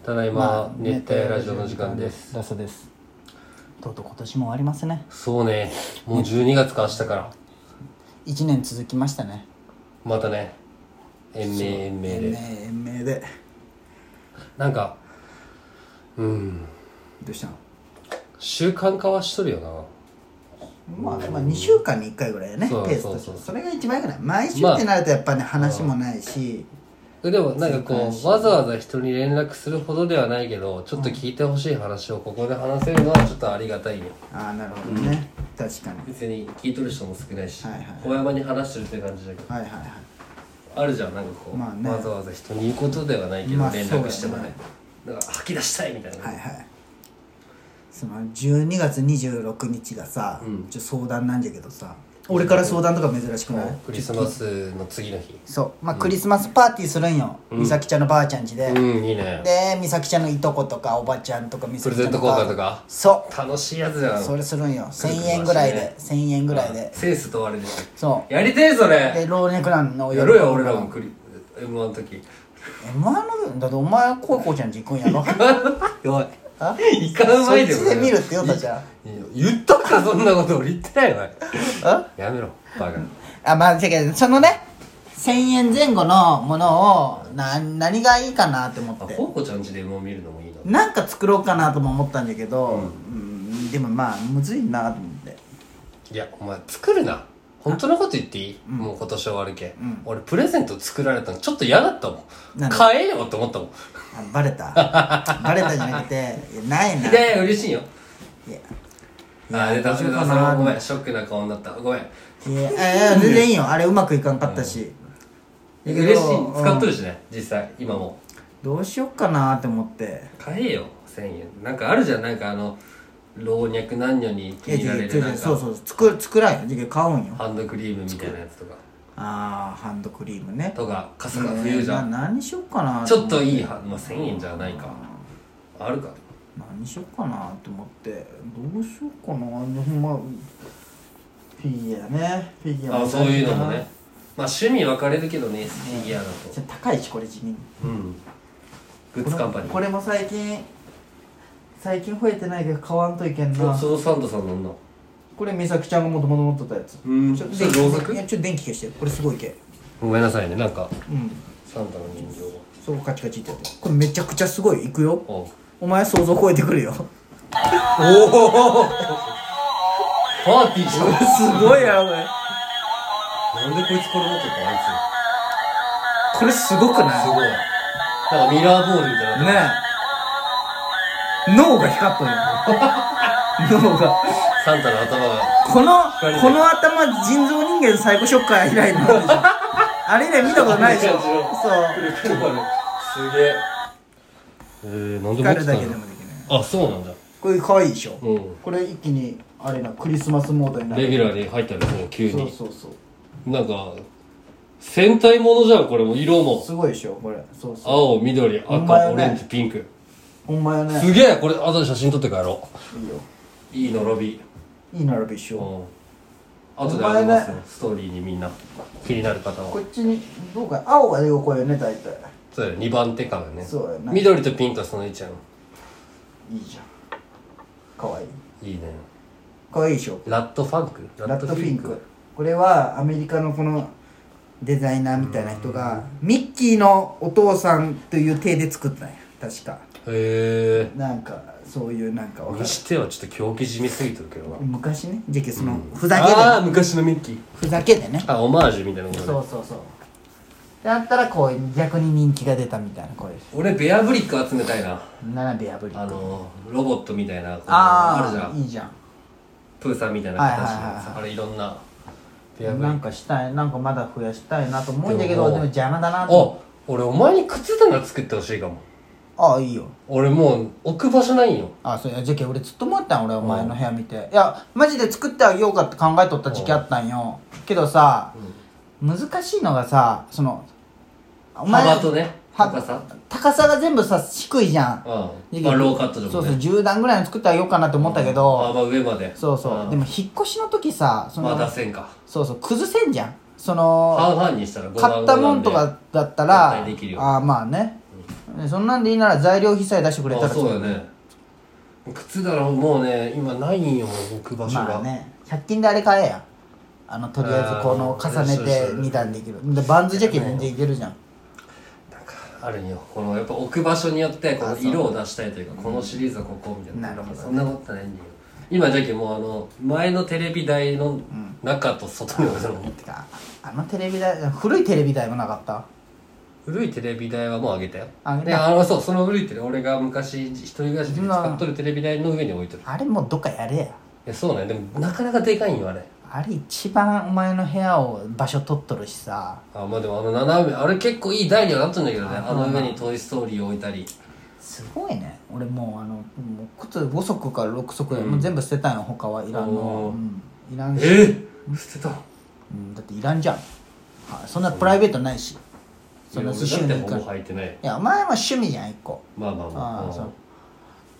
ただいま、熱帯ラジオの時間です。 ラストです。とうとう今年も終わりますね。 そうね、もう12月か明日から 1年続きましたね。 またね、延命でなんかどうしたの？ 習慣化はしとるよな。 まあ2週間に1回ぐらいね、ペースとして。それが一番いいかな。毎週ってなるとやっぱね、話もないし、 でもなんかこうわざわざ人に連絡するほどではないけど、ちょっと聞いてほしい話をここで話せるのはちょっとありがたいね。 ああ、なるほどね、確かに。 別に聞いとる人も少ないし、小山に話してるって感じだけど、あるじゃん、なんかこう、わざわざ人に言うことではないけど、連絡してもね、だから吐き出したいみたいな。 その12月26日がさ、ちょっと相談なんじゃけどさ、俺から相談とか珍しくない？ クリスマスの次の日。 そう、クリスマスパーティーするんよ、美咲ちゃんのばあちゃん家で。 いいね。 で、美咲ちゃんのいとことかおばちゃんとか美咲ちゃんプレゼント交換とか。 そう楽しいやつじゃん。 それするんよ。1000円ぐらいで、1000円ぐらいで。 センス問われるし。 そうやりてえそれ。 で、老若男女やろうよ、俺らもM1 の時。 M1 のだってお前恋子ちゃん実行やろ。 弱い。イカうまいでもそっちで見るって言ったじゃん。 言ったか、そんなこと俺言ってないよ。やめろバカ。 じゃけどそのね、1000円前後のものを何がいいかなって思って。 ほうこちゃん家でも見るのもいいな。 なんか作ろうかなとも思ったんだけど、でもむずいなと思って。 いや、お前作るな。本当のこと言っていい？もう今年終わるけ。俺プレゼント作られたのちょっと嫌だったもん。買えよって思ったもん。 バレたバレたじゃなくて、ないな。 いやいや、嬉しいよ。 いや、出た。それはごめん、ショックな顔になった。ごめん。 いや、全然いいよ。あれうまくいかんかったし。 嬉しい。使っとるしね、実際、今も。 どうしよっかなって思って。 買えよ、1000円。なんかあるじゃん、なんか老若男女に気に入られるなんか。 そう作らんよ。買うんよ。 ハンドクリームみたいなやつとか。 ハンドクリームね。 とか、傘が冬じゃん。 何しよっかな。 ちょっといい、1000円じゃないか。あるか。 何しよっかなって思って、どうしよっかな。ほんまフィギュアね、フィギュア。 そういうのもね。趣味分かれるけどね、フィギュアだと。 高いし、これ地味に。 グッズカンパニー。 これも最近増えてないけど買わんといけんな。 そのサンタさんなんだ。 これ美咲ちゃんがもともと持ってたやつ。 ちょっとろうそく？ いや、ちょっと電気消して。これすごい系。 ごめんなさいね、なんかサンタの人形。 そこカチカチってやって。これめちゃくちゃすごい。いくよ。お前想像超えてくるよ。 パーティーじゃん。 すごいやろこれ。 なんでこいつこれ持ってるか、あいつ。これすごくない？ すごい。なんかミラーボールみたいな。 ねえ。脳が光っとるよ。脳が。 サンタの頭が。 この頭、人造人間サイコショッカー以来の。あれ以来見たことないでしょ。そう。 すげえ。なんで持ってたの？光るだけでもできない。あ、そうなんだ。 これ可愛いでしょ。これ一気にあれな、クリスマスモードになる。 レギュラーに入ったらもう急に。 そう。 なんか戦隊ものじゃん、これも。色もすごいでしょこれ。 青、緑、赤、オレンジ、ピンク。 ほんまやね。 すげえ。これ後で写真撮って帰ろう。 いいよ。 いい並び。 いい並びしよう。後であげますよ、ストーリーに。みんな気になる方はこっちにどうか。青が横よね、大体。 そうや、2番手からね。 そうやな。 緑とピンクはその位置やの。 いいじゃん。かわいい。 いいね。 かわいいでしょ。 ラットファンク。 ラットフィンク。これはアメリカのこのデザイナーみたいな人がミッキーのお父さんという体で作ったんや、確か。 へえ。 なんかそういうなんかにしてはちょっと狂気じみすぎてるけどな。 昔ね、じゃけそのふざけで、 昔のミッキーふざけでね。 オマージュみたいなことね。 そうだったらこう逆に人気が出たみたいな声です。 俺ベアブリック集めたいな。 ベアブリック。 ロボットみたいな。 あるじゃん。いいじゃん。 プーさんみたいな形のあれいろんなベアブリックなんかしたい、なんかまだ増やしたいなと思うんだけど、でも邪魔だなと。俺お前に靴棚作ってほしいかも。 いいよ。 俺もう置く場所ないんよ。 そうや、じゃけ俺ずっと思ったん、俺お前の部屋見て。いやマジで作ってあげようかって考えとった時期あったんよ。けどさ、難しいのがさ、その幅とね、高さが全部さ低いじゃん。 ローカットでもね。 そう10段ぐらいの作ってあげようかなって思ったけど、 上まで。 そうでも引っ越しの時さ、 出せんか。 崩せんじゃん。その半々にしたら買ったもんとかだったらできるよ。 まあね。 そんなんでいいなら材料費さえ出してくれたらそうだね。靴だろもうね今ないんよ置く場所が。 まあね100均であれ買えや。とりあえずこの重ねて2段できるでバンズジャケ全然いけるじゃん。 なんかあるんよこのやっぱ置く場所によってこの色を出したいというかこのシリーズはここみたいな。なるほど、ね、そんなことないんだよ今じゃけもう前のテレビ台の中と外に置いてるもん、てかテレビ台古いテレビ台もなかった。 古いテレビ台はもうあげたよ。でそうその古いテレビ俺が昔一人暮らしで使っとるテレビ台の上に置いてる。 あれもうどっかやれや。いやそうねでもなかなかでかいんよあれ。 あれ一番お前の部屋を場所取っとるしさ。 まあでも斜めあれ結構いい台にはなったんだけどね。あの上にトイストーリーを置いたり。 すごいね。俺もう靴5足か6足で、もう全部捨てたんよ他はいらんの、いらんし。 捨てた、 だっていらんじゃん。そんなプライベートないし、そんな週に1回も履いてない。 いやお前は趣味じゃん1個。 まあそう、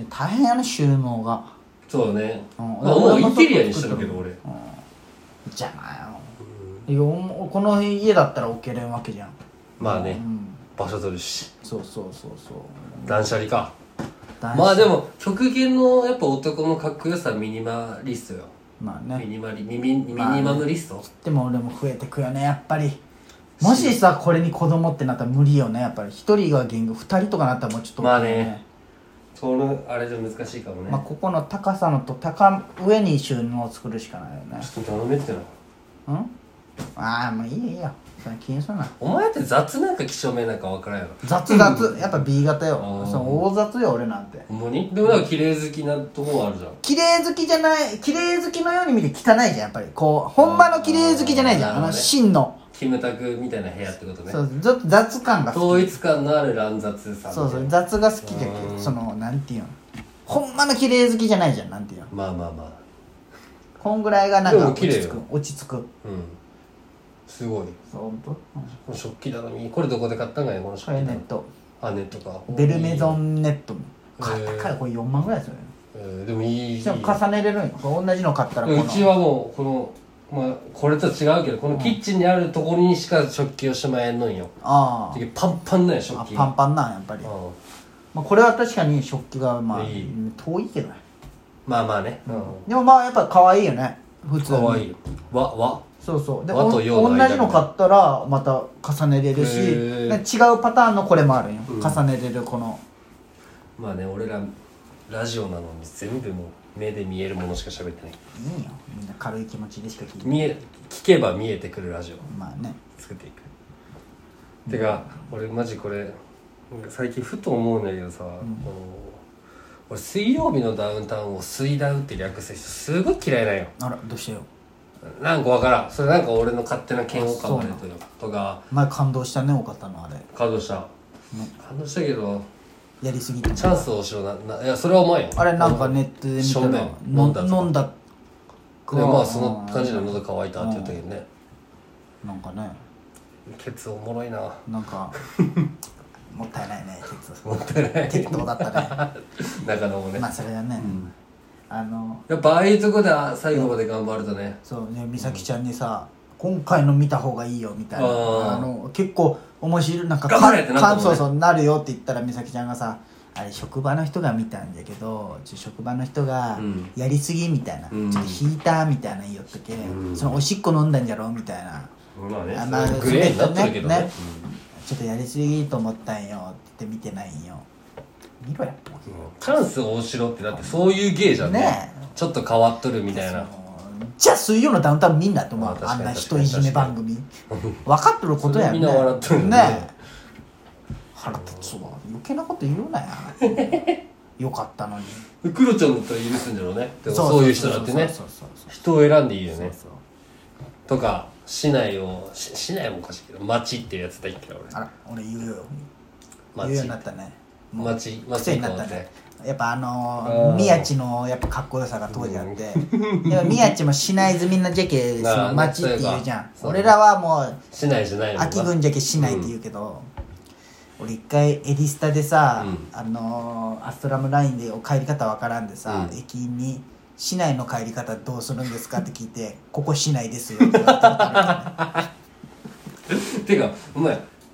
大変やね収納が。 そうね、もうインテリアにしてるけど俺、 じゃないよ、この家だったら置けれんわけじゃん。 まあね、場所取るし。 そう断捨離か。まあでも極限のやっぱ男のかっこよさミニマリストよ。 まあねミニマムリスト。 でも俺も増えてくよねやっぱり。もしさこれに子供ってなったら無理よねやっぱり。1人が限界2人とかなったらもうちょっとまあねそのあれじゃ難しいかもね。 ここの高さのと高上に収納を作るしかないよね。 ちょっと頼めってな。 もういいよそれ気にするな。 お前って雑なんか几帳面なんか分からんやろ。 雑やっぱ B 型よ。大雑よ俺なんて。 ほんまに。でもなんか綺麗好きなとこもあるじゃん。 綺麗好きじゃない、綺麗好きのように見て汚いじゃんやっぱり。こうほんまの綺麗好きじゃないじゃん真のキムタクみたいな部屋ってことね。 そうちょっと雑感が好き。 統一感のある乱雑さ。 そう雑が好きじゃけそのなんていうのほんまの綺麗好きじゃないじゃんなんていうの。 まあこんぐらいがなんか落ち着く。 すごい。 ほんと。この食器だのにこれどこで買ったんかねこの食器。 これネット。 ネットか。 ベルメゾンネット買ったからこれ4万ぐらいするよ。 でもいい。 でも重ねれるんよ。同じの買ったらうちはもうこのこれと違うけどこのキッチンにあるところにしか食器をしまえんのんよ。パンパンなんや食器。 パンパンなんやっぱり。これは確かに食器が遠いけどね。 まあね。 でもやっぱ可愛いよね普通に。可愛い。そうで同じの買ったらまた重ねれるし違うパターンのこれもあるんよ。重ねれるこの。 まあね俺らラジオなのに全部もう目で見えるものしか喋ってない。 いいよみんな軽い気持ちでしか聞けば見えてくるラジオまあね作っていく。てか俺マジこれ最近ふと思うんだけどさ、俺水曜日のダウンタウンを水ダウって略す人すごい嫌いなんよ。 あらどうしてよ。 なんかわからん。それなんか俺の勝手な嫌悪感が出てるとか。 前感動したね多かったのあれ。 感動した、感動したけどやりすぎてチャンスをしろいやそれはお前よ。 あれなんかネットで見たら飲んだでその感じで喉乾いたって言ったけどね。 なんかねケツおもろいな。 なんかもったいないねケツ。 もったいない。 適当だったね中野もね。 それはね、 やっぱああいうとこで最後まで頑張るとね。 そうね美咲ちゃんにさ、今回の見た方がいいよみたいな結構面白いなんか頑張れってなったもんね。 そうなるよって言ったら美咲ちゃんがさあれ職場の人が見たんだけど職場の人がやりすぎみたいな、ちょっと引いたみたいな言いよったけ、そのおしっこ飲んだんじゃろみたいな、 グレーになってるけどね、 ちょっとやりすぎと思ったんよって言って見てないんよ。見ろや、 チャンス大城ってだってそういう芸じゃんね。ちょっと変わっとるみたいな。 じゃあ水曜のダウンタウンみんなと思う。あんな人いじめ番組分かってることやんね。 みんな笑ってるね。腹立つわ余計なこと言うなやよかったのに。 クロちゃんだったら許すんだろうね。でもそういう人だってね人を選んでいいよね。とか市内もおかしいけど町っていうやつだっけ俺。 俺言うよ言うようになったね。 町癖になったね。やっぱ宮地のやっぱかっこよさが当時あって宮地も市内済みなじゃけ町って言うじゃん。俺らはもう市内じゃないの秋郡じゃけ市内って言うけど、俺一回エディスタでさ、アストラムラインで帰り方わからんでさ、駅員に「市内の帰り方どうするんですか?」って聞いて「ここ市内ですよ」って言われたことあるからね。 てかお前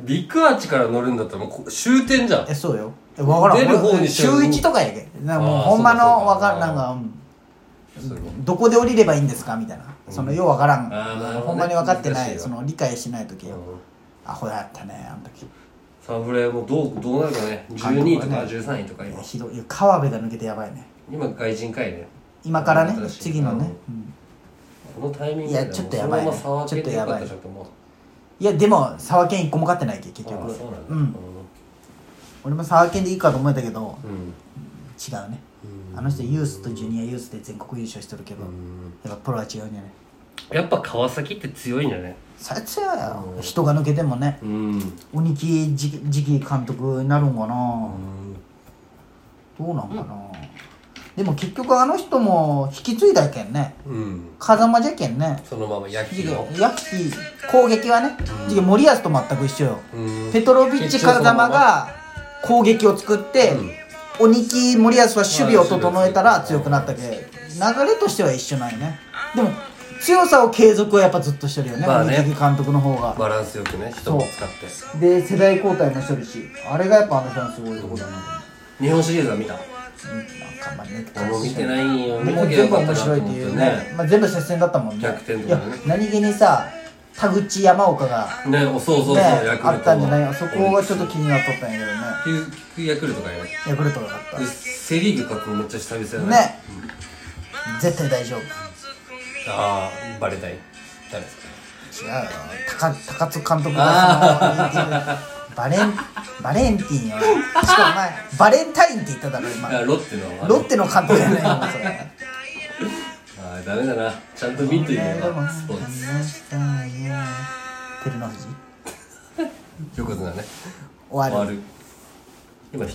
ビッグアーチから乗るんだったらもう終点じゃん。 そうよ。分からん。 出る方に週1とかやけなんかもうほんまの分かんなんか、どこで降りればいいんですかみたいな、そのよう分からん、ほんまに分かってない、その理解しない時よ、アホやったねあの時。 サンフレもどうなるかね。12位とか13位とか今。 ひどい。川辺が抜けてやばいね。 今外人かいね。 今からね、次のね。 このタイミングでちょっとやばいね。ちょっとやばい。いやでも沢犬1個も勝ってないけ結局。俺も沢犬でいいかと思えたけど、違うね。あの人ユースとジュニアユースで全国優勝してるけど、やっぱプロは違うんじゃない。 やっぱ川崎って強いんじゃね。 最強やよ。人が抜けてもね。鬼木次期監督になるんかな。どうなんかな。でも結局あの人も引き継いだけんね。風間じゃけんね。 そのままヤキ攻撃はね。森保と全く一緒よ。ペトロビッチ風間が攻撃を作って、鬼木森保は守備を整えたら強くなったけ。流れとしては一緒なんよね。でも強さを継続はやっぱずっとしてるよね。鬼木監督の方がバランスよくね、人も使ってで世代交代もしてるし、あれがやっぱあの人のすごいとこだな。 日本シリーズは見た？ なんか俺も見てないんよ。 でも全部面白いっていうね。全部接戦だったもんね。 逆転とかね。 何気にさ田口山岡がね、そうあったんじゃない。そこがちょっと気になっとったんやけどね。 ヤクルトがやる。 ヤクルトが勝った。 セリーグ勝つのめっちゃ久々 やね。絶対大丈夫。 ああ、バレたい。誰ですか？ 違うよ。高津監督がバレンティンよ。しかも前バレンタインって言っただろ今。 ロッテの監督じゃないよそれ。 ああ、ダメだな。ちゃんと見といてよスポーツ。 照ノ富士横綱ね。 終わる。